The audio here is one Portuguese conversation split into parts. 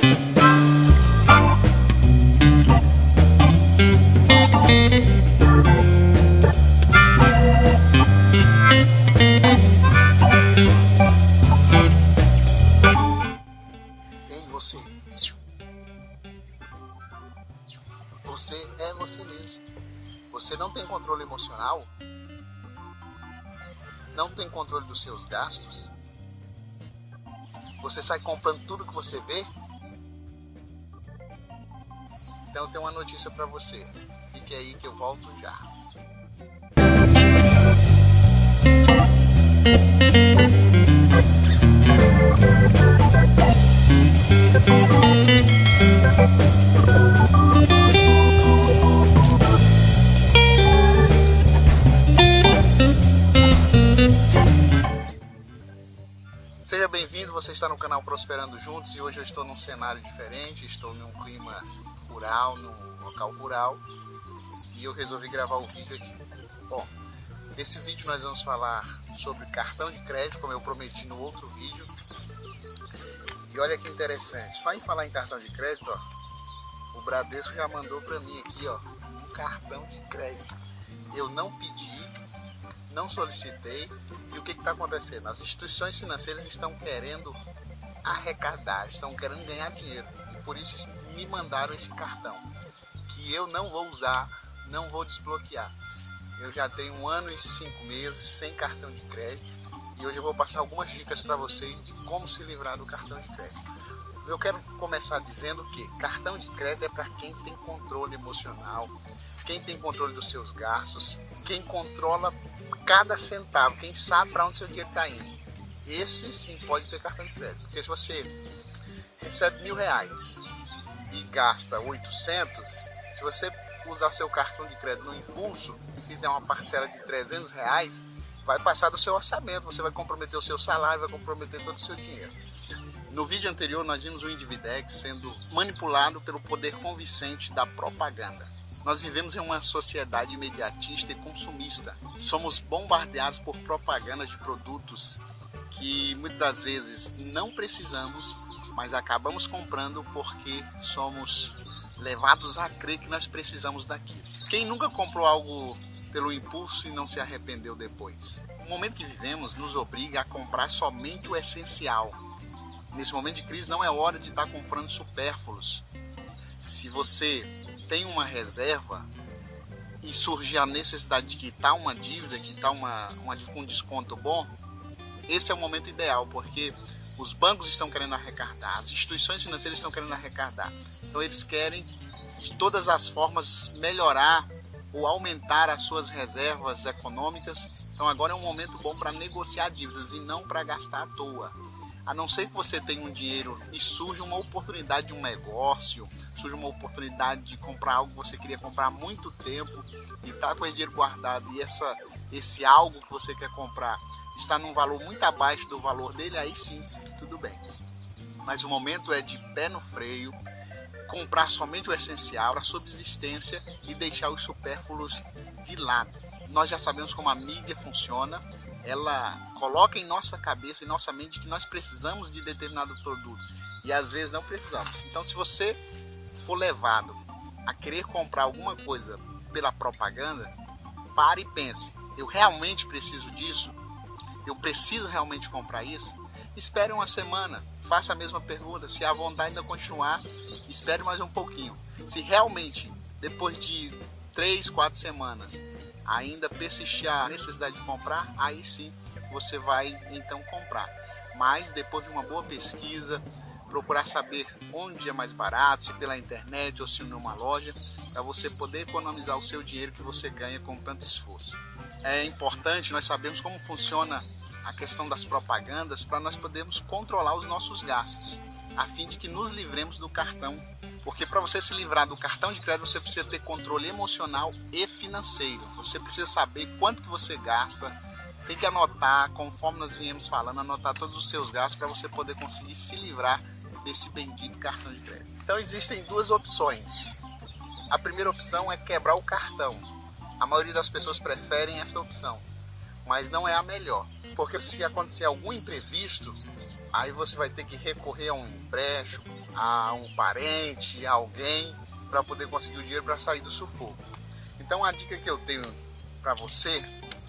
Você é você mesmo. Você não tem controle emocional? Não tem controle dos seus gastos? Você sai comprando tudo que você vê? Então eu tenho uma notícia para você. Fique aí que eu volto já. Seja bem-vindo, você está no canal Prosperando Juntos e hoje eu estou num cenário diferente, estou num clima rural, num local rural e eu resolvi gravar o vídeo aqui. Bom, nesse vídeo nós vamos falar sobre cartão de crédito, como eu prometi no outro vídeo. E olha que interessante, só em falar em cartão de crédito, ó, o Bradesco já mandou para mim aqui, ó, um cartão de crédito. Eu não pedi, não solicitei. E o que está acontecendo? As instituições financeiras estão querendo arrecadar, estão querendo ganhar dinheiro. E por isso me mandaram esse cartão, que eu não vou usar, não vou desbloquear. Eu já tenho 1 ano e 5 meses sem cartão de crédito. E hoje eu vou passar algumas dicas para vocês de como se livrar do cartão de crédito. Eu quero começar dizendo que cartão de crédito é para quem tem controle emocional, quem tem controle dos seus gastos, quem controla cada centavo, quem sabe para onde seu dinheiro está indo. Esse sim pode ter cartão de crédito, porque se você recebe R$1.000 e gasta 800, se você usar seu cartão de crédito no impulso e fizer uma parcela de R$300, vai passar do seu orçamento, você vai comprometer o seu salário, vai comprometer todo o seu dinheiro. No vídeo anterior nós vimos o Individex sendo manipulado pelo poder convincente da propaganda. Nós vivemos em uma sociedade imediatista e consumista. Somos bombardeados por propagandas de produtos que muitas das vezes não precisamos, mas acabamos comprando porque somos levados a crer que nós precisamos daquilo. Quem nunca comprou algo pelo impulso e não se arrependeu depois? O momento que vivemos nos obriga a comprar somente o essencial. Nesse momento de crise não é hora de estar comprando supérfluos. Se você tem uma reserva e surgir a necessidade de quitar uma dívida, quitar um desconto bom, esse é o momento ideal, porque os bancos estão querendo arrecadar, as instituições financeiras estão querendo arrecadar. Então eles querem de todas as formas melhorar ou aumentar as suas reservas econômicas. Então agora é um momento bom para negociar dívidas e não para gastar à toa. A não ser que você tenha um dinheiro e surja uma oportunidade de um negócio, surja uma oportunidade de comprar algo que você queria comprar há muito tempo e está com esse dinheiro guardado e esse algo que você quer comprar está num valor muito abaixo do valor dele, aí sim, tudo bem. Mas o momento é de pé no freio, comprar somente o essencial, a subsistência e deixar os supérfluos de lado. Nós já sabemos como a mídia funciona. Ela coloca em nossa cabeça, em nossa mente, que nós precisamos de determinado produto e às vezes não precisamos. Então, se você for levado a querer comprar alguma coisa pela propaganda, pare e pense: eu realmente preciso disso? Eu preciso realmente comprar isso? Espere uma semana, faça a mesma pergunta. Se a vontade ainda continuar, espere mais um pouquinho. Se realmente, depois de 3, 4 semanas, ainda persistir a necessidade de comprar, aí sim você vai então comprar. Mas depois de uma boa pesquisa, procurar saber onde é mais barato, se pela internet ou se numa loja, para você poder economizar o seu dinheiro que você ganha com tanto esforço. É importante nós sabermos como funciona a questão das propagandas para nós podermos controlar os nossos gastos, a fim de que nos livremos do cartão. Porque para você se livrar do cartão de crédito, você precisa ter controle emocional e financeiro. Você precisa saber quanto que você gasta, tem que anotar, conforme nós viemos falando, anotar todos os seus gastos para você poder conseguir se livrar desse bendito cartão de crédito. Então existem 2 opções. A primeira opção é quebrar o cartão. A maioria das pessoas preferem essa opção, mas não é a melhor. Porque se acontecer algum imprevisto, aí você vai ter que recorrer a um empréstimo, a um parente, a alguém, para poder conseguir o dinheiro para sair do sufoco. Então a dica que eu tenho para você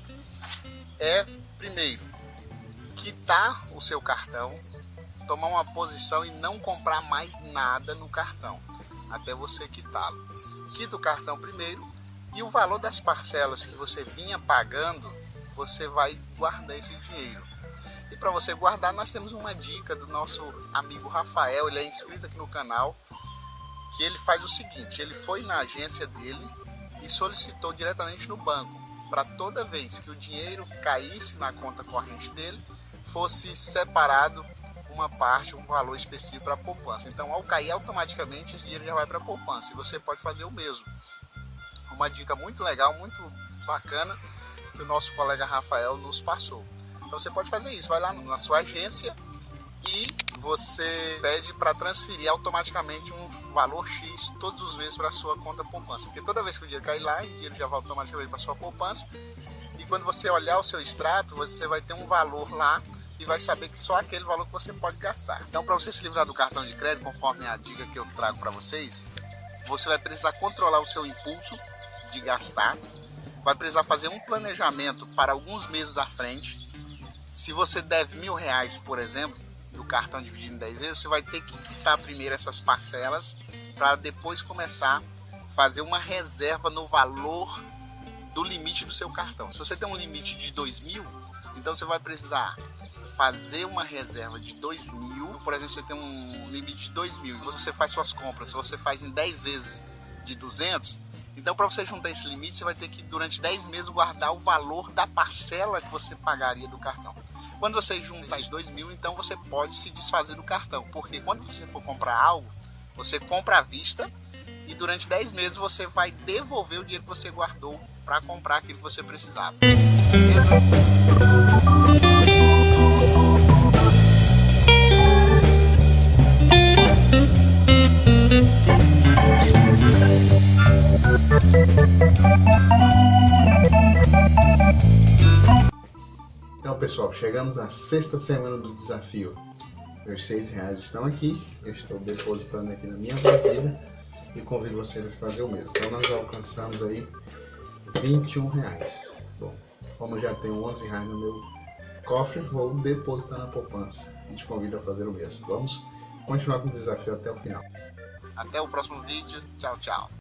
é, primeiro, quitar o seu cartão, tomar uma posição e não comprar mais nada no cartão, até você quitá-lo. Quita o cartão primeiro e o valor das parcelas que você vinha pagando, você vai guardar esse dinheiro. E para você guardar, nós temos uma dica do nosso amigo Rafael, ele é inscrito aqui no canal, que ele faz o seguinte: ele foi na agência dele e solicitou diretamente no banco, para toda vez que o dinheiro caísse na conta corrente dele, fosse separado uma parte, um valor específico para a poupança. Então, ao cair automaticamente, esse dinheiro já vai para a poupança. E você pode fazer o mesmo. Uma dica muito legal, muito bacana, que o nosso colega Rafael nos passou. Então, você pode fazer isso. Vai lá na sua agência e você pede para transferir automaticamente um valor X todos os meses para a sua conta poupança. Porque toda vez que o dinheiro cair lá, o dinheiro já vai automaticamente para a sua poupança. E quando você olhar o seu extrato, você vai ter um valor lá e vai saber que só aquele valor que você pode gastar. Então, para você se livrar do cartão de crédito, conforme a dica que eu trago para vocês, você vai precisar controlar o seu impulso de gastar, vai precisar fazer um planejamento para alguns meses à frente. Se você deve R$1.000, por exemplo, do cartão dividido em 10 vezes, você vai ter que quitar primeiro essas parcelas para depois começar a fazer uma reserva no valor do limite do seu cartão. Se você tem um limite de 2.000, então você vai precisar fazer uma reserva de 2.000. Por exemplo, você tem um limite de 2.000 e você faz suas compras, se você faz em 10 vezes de 200, então para você juntar esse limite, você vai ter que durante 10 meses guardar o valor da parcela que você pagaria do cartão. Quando você junta esses 2.000, então você pode se desfazer do cartão, porque quando você for comprar algo, você compra à vista e durante 10 meses você vai devolver o dinheiro que você guardou para comprar aquilo que você precisava. Beleza? Então, pessoal, chegamos à 6ª semana do desafio. Meus R$6 estão aqui, eu estou depositando aqui na minha vasilha e convido vocês a fazer o mesmo. Então nós alcançamos aí R$21. Bom, como eu já tenho R$11 no meu cofre, vou depositar na poupança e te convido a fazer o mesmo. Vamos continuar com o desafio até o final. Até o próximo vídeo. Tchau, tchau.